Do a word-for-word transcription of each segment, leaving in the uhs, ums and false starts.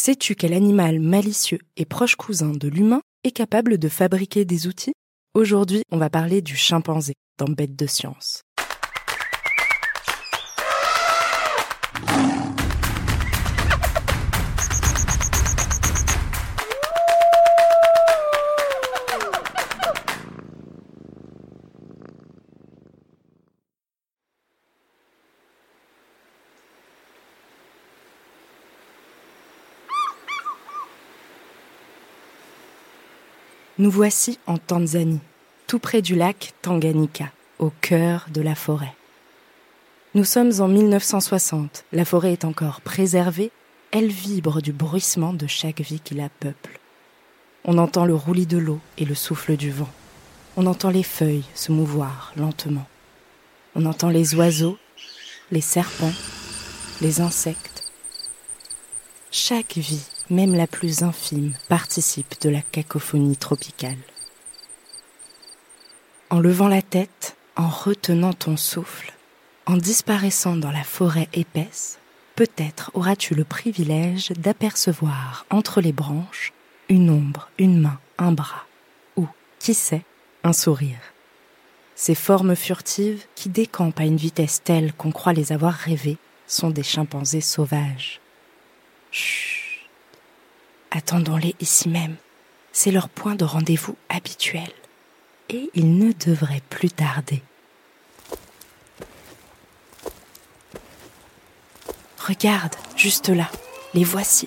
Sais-tu quel animal malicieux et proche cousin de l'humain est capable de fabriquer des outils ? Aujourd'hui, on va parler du chimpanzé dans Bête de science. Nous voici en Tanzanie, tout près du lac Tanganyika, au cœur de la forêt. Nous sommes en mille neuf cent soixante, la forêt est encore préservée, elle vibre du bruissement de chaque vie qui la peuple. On entend le roulis de l'eau et le souffle du vent. On entend les feuilles se mouvoir lentement. On entend les oiseaux, les serpents, les insectes. Chaque vie, même la plus infime, participe de la cacophonie tropicale. En levant la tête, en retenant ton souffle, en disparaissant dans la forêt épaisse, peut-être auras-tu le privilège d'apercevoir entre les branches une ombre, une main, un bras, ou, qui sait, un sourire. Ces formes furtives qui décampent à une vitesse telle qu'on croit les avoir rêvées sont des chimpanzés sauvages. Chut. Attendons-les ici même. C'est leur point de rendez-vous habituel. Et ils ne devraient plus tarder. Regarde, juste là, les voici.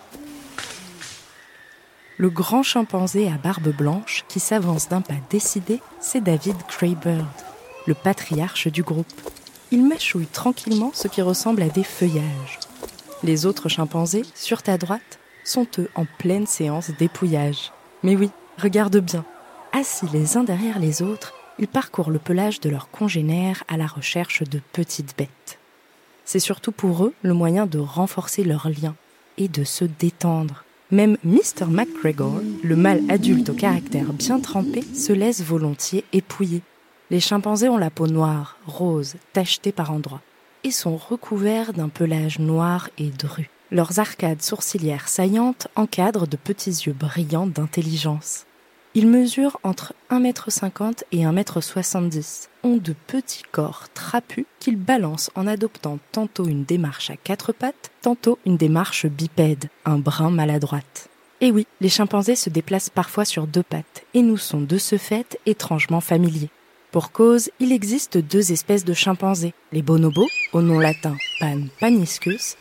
Le grand chimpanzé à barbe blanche qui s'avance d'un pas décidé, c'est David Graeber, le patriarche du groupe. Il mâchouille tranquillement ce qui ressemble à des feuillages. Les autres chimpanzés, sur ta droite, sont eux en pleine séance d'épouillage. Mais oui, regarde bien. Assis les uns derrière les autres, ils parcourent le pelage de leurs congénères à la recherche de petites bêtes. C'est surtout pour eux le moyen de renforcer leurs liens et de se détendre. Même mister McGregor, le mâle adulte au caractère bien trempé, se laisse volontiers épouiller. Les chimpanzés ont la peau noire, rose, tachetée par endroits, et sont recouverts d'un pelage noir et dru. Leurs arcades sourcilières saillantes encadrent de petits yeux brillants d'intelligence. Ils mesurent entre un mètre cinquante et un mètre soixante-dix, ont de petits corps trapus qu'ils balancent en adoptant tantôt une démarche à quatre pattes, tantôt une démarche bipède, un brin maladroite. Et oui, les chimpanzés se déplacent parfois sur deux pattes et nous sont de ce fait étrangement familiers. Pour cause, il existe deux espèces de chimpanzés, les bonobos, au nom latin Pan paniscus,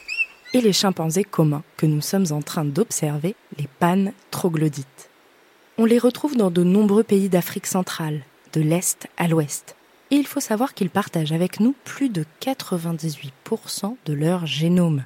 et les chimpanzés communs que nous sommes en train d'observer, les Pan troglodytes. On les retrouve dans de nombreux pays d'Afrique centrale, de l'Est à l'Ouest. Et il faut savoir qu'ils partagent avec nous plus de quatre-vingt-dix-huit pour cent de leur génome.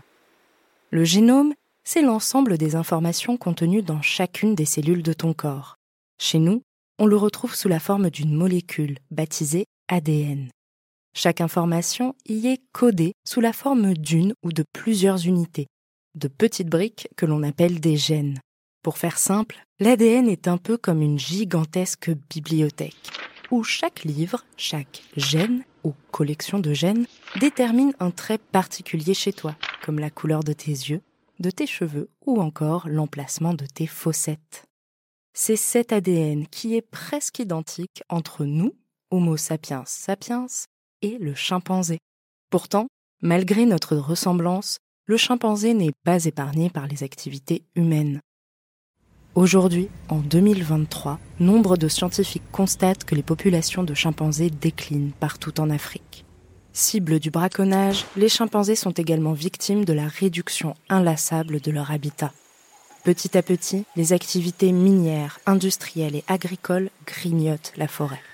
Le génome, c'est l'ensemble des informations contenues dans chacune des cellules de ton corps. Chez nous, on le retrouve sous la forme d'une molécule baptisée A D N. Chaque information y est codée sous la forme d'une ou de plusieurs unités, de petites briques que l'on appelle des gènes. Pour faire simple, l'A D N est un peu comme une gigantesque bibliothèque, où chaque livre, chaque gène ou collection de gènes détermine un trait particulier chez toi, comme la couleur de tes yeux, de tes cheveux ou encore l'emplacement de tes fossettes. C'est cet A D N qui est presque identique entre nous, Homo sapiens sapiens, et le chimpanzé. Pourtant, malgré notre ressemblance, le chimpanzé n'est pas épargné par les activités humaines. Aujourd'hui, en deux mille vingt-trois, nombre de scientifiques constatent que les populations de chimpanzés déclinent partout en Afrique. Cibles du braconnage, les chimpanzés sont également victimes de la réduction inlassable de leur habitat. Petit à petit, les activités minières, industrielles et agricoles grignotent la forêt.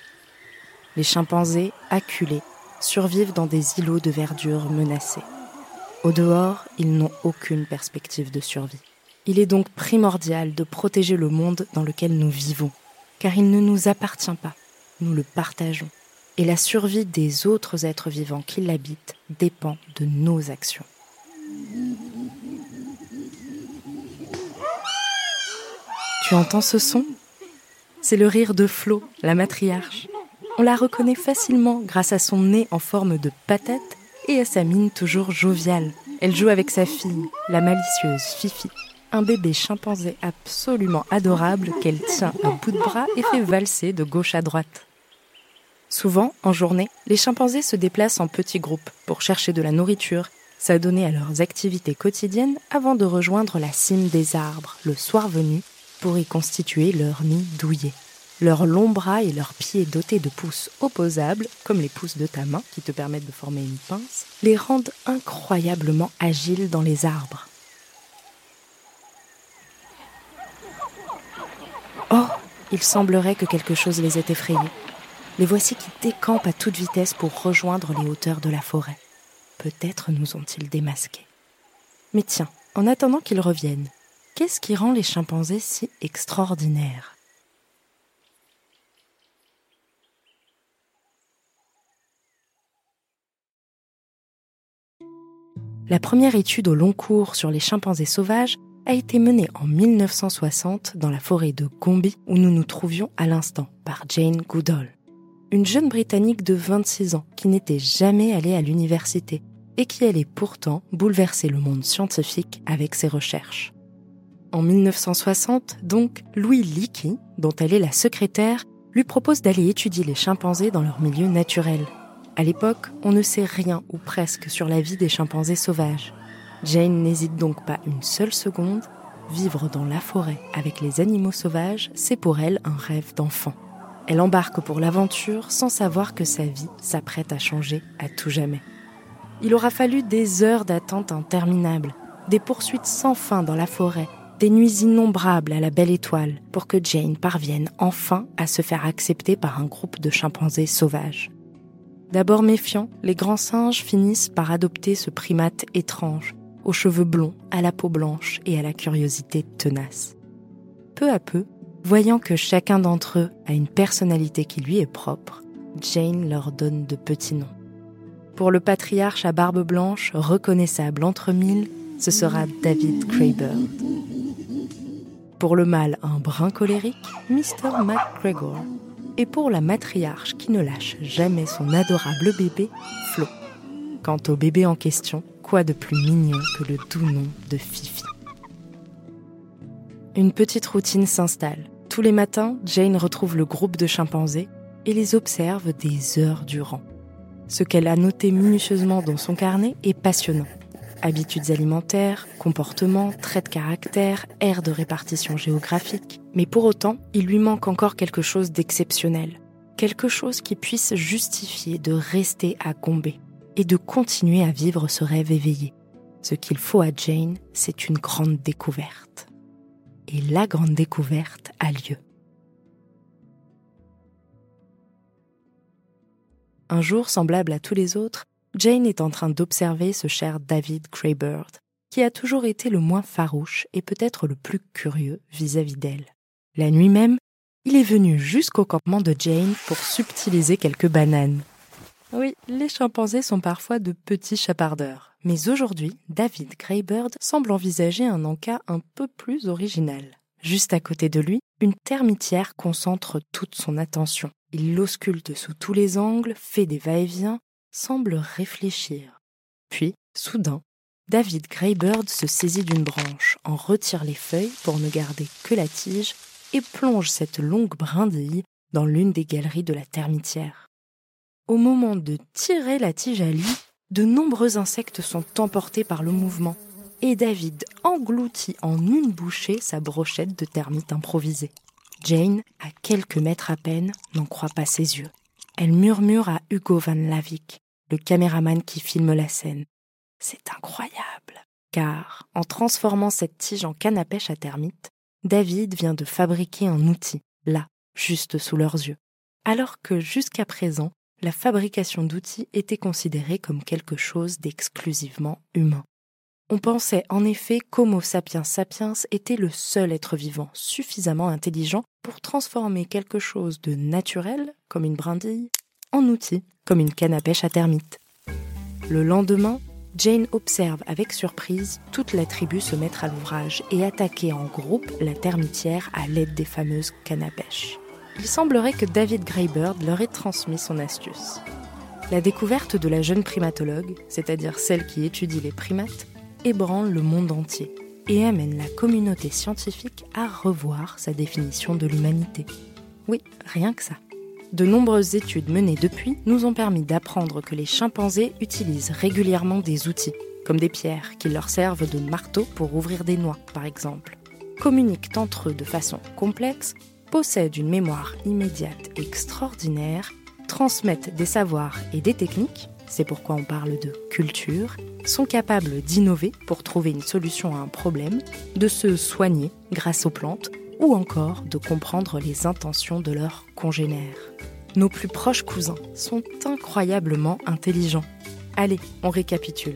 Les chimpanzés, acculés, survivent dans des îlots de verdure menacés. Au dehors, ils n'ont aucune perspective de survie. Il est donc primordial de protéger le monde dans lequel nous vivons, car il ne nous appartient pas, nous le partageons. Et la survie des autres êtres vivants qui l'habitent dépend de nos actions. Tu entends ce son ? C'est le rire de Flo, la matriarche. On la reconnaît facilement grâce à son nez en forme de patate et à sa mine toujours joviale. Elle joue avec sa fille, la malicieuse Fifi, un bébé chimpanzé absolument adorable qu'elle tient à bout de bras et fait valser de gauche à droite. Souvent, en journée, les chimpanzés se déplacent en petits groupes pour chercher de la nourriture, s'adonner à leurs activités quotidiennes avant de rejoindre la cime des arbres, le soir venu, pour y constituer leur nid douillet. Leurs longs bras et leurs pieds dotés de pouces opposables, comme les pouces de ta main qui te permettent de former une pince, les rendent incroyablement agiles dans les arbres. Oh, il semblerait que quelque chose les ait effrayés. Les voici qui décampent à toute vitesse pour rejoindre les hauteurs de la forêt. Peut-être nous ont-ils démasqués. Mais tiens, en attendant qu'ils reviennent, qu'est-ce qui rend les chimpanzés si extraordinaires ? La première étude au long cours sur les chimpanzés sauvages a été menée en mille neuf cent soixante dans la forêt de Gombe où nous nous trouvions à l'instant par Jane Goodall, une jeune Britannique de vingt-six ans qui n'était jamais allée à l'université et qui allait pourtant bouleverser le monde scientifique avec ses recherches. En mille neuf cent soixante, donc, Louis Leakey, dont elle est la secrétaire, lui propose d'aller étudier les chimpanzés dans leur milieu naturel. À l'époque, on ne sait rien ou presque sur la vie des chimpanzés sauvages. Jane n'hésite donc pas une seule seconde. Vivre dans la forêt avec les animaux sauvages, c'est pour elle un rêve d'enfant. Elle embarque pour l'aventure sans savoir que sa vie s'apprête à changer à tout jamais. Il aura fallu des heures d'attente interminables, des poursuites sans fin dans la forêt, des nuits innombrables à la belle étoile pour que Jane parvienne enfin à se faire accepter par un groupe de chimpanzés sauvages. D'abord méfiants, les grands singes finissent par adopter ce primate étrange, aux cheveux blonds, à la peau blanche et à la curiosité tenace. Peu à peu, voyant que chacun d'entre eux a une personnalité qui lui est propre, Jane leur donne de petits noms. Pour le patriarche à barbe blanche, reconnaissable entre mille, ce sera David Kraybird. Pour le mâle un brin colérique, mister McGregor. Et pour la matriarche qui ne lâche jamais son adorable bébé, Flo. Quant au bébé en question, quoi de plus mignon que le doux nom de Fifi. Une petite routine s'installe. Tous les matins, Jane retrouve le groupe de chimpanzés et les observe des heures durant. Ce qu'elle a noté minutieusement dans son carnet est passionnant. Habitudes alimentaires, comportements, traits de caractère, aires de répartition géographique. Mais pour autant, il lui manque encore quelque chose d'exceptionnel. Quelque chose qui puisse justifier de rester à Gombe et de continuer à vivre ce rêve éveillé. Ce qu'il faut à Jane, c'est une grande découverte. Et la grande découverte a lieu. Un jour semblable à tous les autres, Jane est en train d'observer ce cher David Kraybird, qui a toujours été le moins farouche et peut-être le plus curieux vis-à-vis d'elle. La nuit même, il est venu jusqu'au campement de Jane pour subtiliser quelques bananes. Oui, les chimpanzés sont parfois de petits chapardeurs, mais aujourd'hui, David Kraybird semble envisager un encas un peu plus original. Juste à côté de lui, une termitière concentre toute son attention. Il l'ausculte sous tous les angles, fait des va-et-vient, semble réfléchir. Puis, soudain, David Kraybird se saisit d'une branche, en retire les feuilles pour ne garder que la tige et plonge cette longue brindille dans l'une des galeries de la termitière. Au moment de tirer la tige à lui, de nombreux insectes sont emportés par le mouvement et David engloutit en une bouchée sa brochette de termites improvisée. Jane, à quelques mètres à peine, n'en croit pas ses yeux. Elle murmure à Hugo Van Lavick, le caméraman qui filme la scène. C'est incroyable, car en transformant cette tige en canne à pêche à termites, David vient de fabriquer un outil, là, juste sous leurs yeux. Alors que jusqu'à présent, la fabrication d'outils était considérée comme quelque chose d'exclusivement humain. On pensait en effet qu'Homo sapiens sapiens était le seul être vivant suffisamment intelligent pour transformer quelque chose de naturel, comme une brindille, en outil, comme une canne à pêche à termites. Le lendemain, Jane observe avec surprise toute la tribu se mettre à l'ouvrage et attaquer en groupe la termitière à l'aide des fameuses cannes à pêche. Il semblerait que David Kraybird leur ait transmis son astuce. La découverte de la jeune primatologue, c'est-à-dire celle qui étudie les primates, ébranle le monde entier et amène la communauté scientifique à revoir sa définition de l'humanité. Oui, rien que ça. De nombreuses études menées depuis nous ont permis d'apprendre que les chimpanzés utilisent régulièrement des outils, comme des pierres qui leur servent de marteau pour ouvrir des noix, par exemple, communiquent entre eux de façon complexe, possèdent une mémoire immédiate extraordinaire, transmettent des savoirs et des techniques, c'est pourquoi on parle de culture, sont capables d'innover pour trouver une solution à un problème, de se soigner grâce aux plantes, ou encore de comprendre les intentions de leurs congénères. Nos plus proches cousins sont incroyablement intelligents. Allez, on récapitule.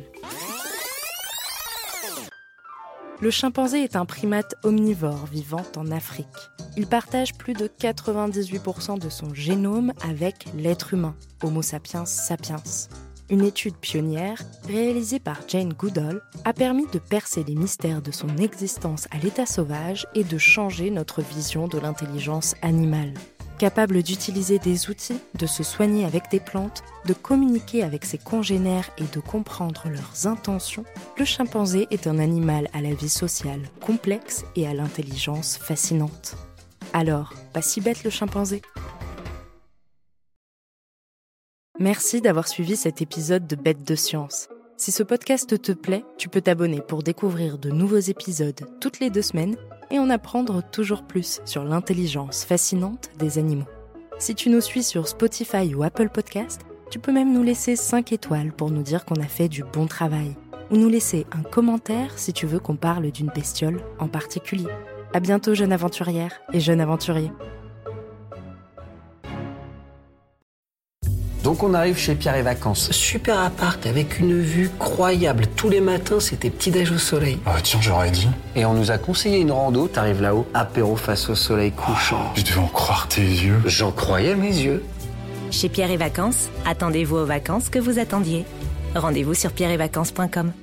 Le chimpanzé est un primate omnivore vivant en Afrique. Il partage plus de quatre-vingt-dix-huit pour cent de son génome avec l'être humain, Homo sapiens sapiens. Une étude pionnière, réalisée par Jane Goodall, a permis de percer les mystères de son existence à l'état sauvage et de changer notre vision de l'intelligence animale. Capable d'utiliser des outils, de se soigner avec des plantes, de communiquer avec ses congénères et de comprendre leurs intentions, le chimpanzé est un animal à la vie sociale complexe et à l'intelligence fascinante. Alors, pas si bête le chimpanzé ? Merci d'avoir suivi cet épisode de Bêtes de Science. Si ce podcast te plaît, tu peux t'abonner pour découvrir de nouveaux épisodes toutes les deux semaines et en apprendre toujours plus sur l'intelligence fascinante des animaux. Si tu nous suis sur Spotify ou Apple Podcast, tu peux même nous laisser cinq étoiles pour nous dire qu'on a fait du bon travail, ou nous laisser un commentaire si tu veux qu'on parle d'une bestiole en particulier. À bientôt, jeune aventurière et jeune aventurier. Donc on arrive chez Pierre et Vacances. Super appart avec une vue croyable. Tous les matins, c'était petit-déj au soleil. Ah tiens, j'aurais dit. Et on nous a conseillé une rando. T'arrives là-haut, apéro face au soleil couchant. Oh, je devais en croire tes yeux. J'en croyais mes yeux. Chez Pierre et Vacances, attendez-vous aux vacances que vous attendiez. Rendez-vous sur pierre et vacances point com.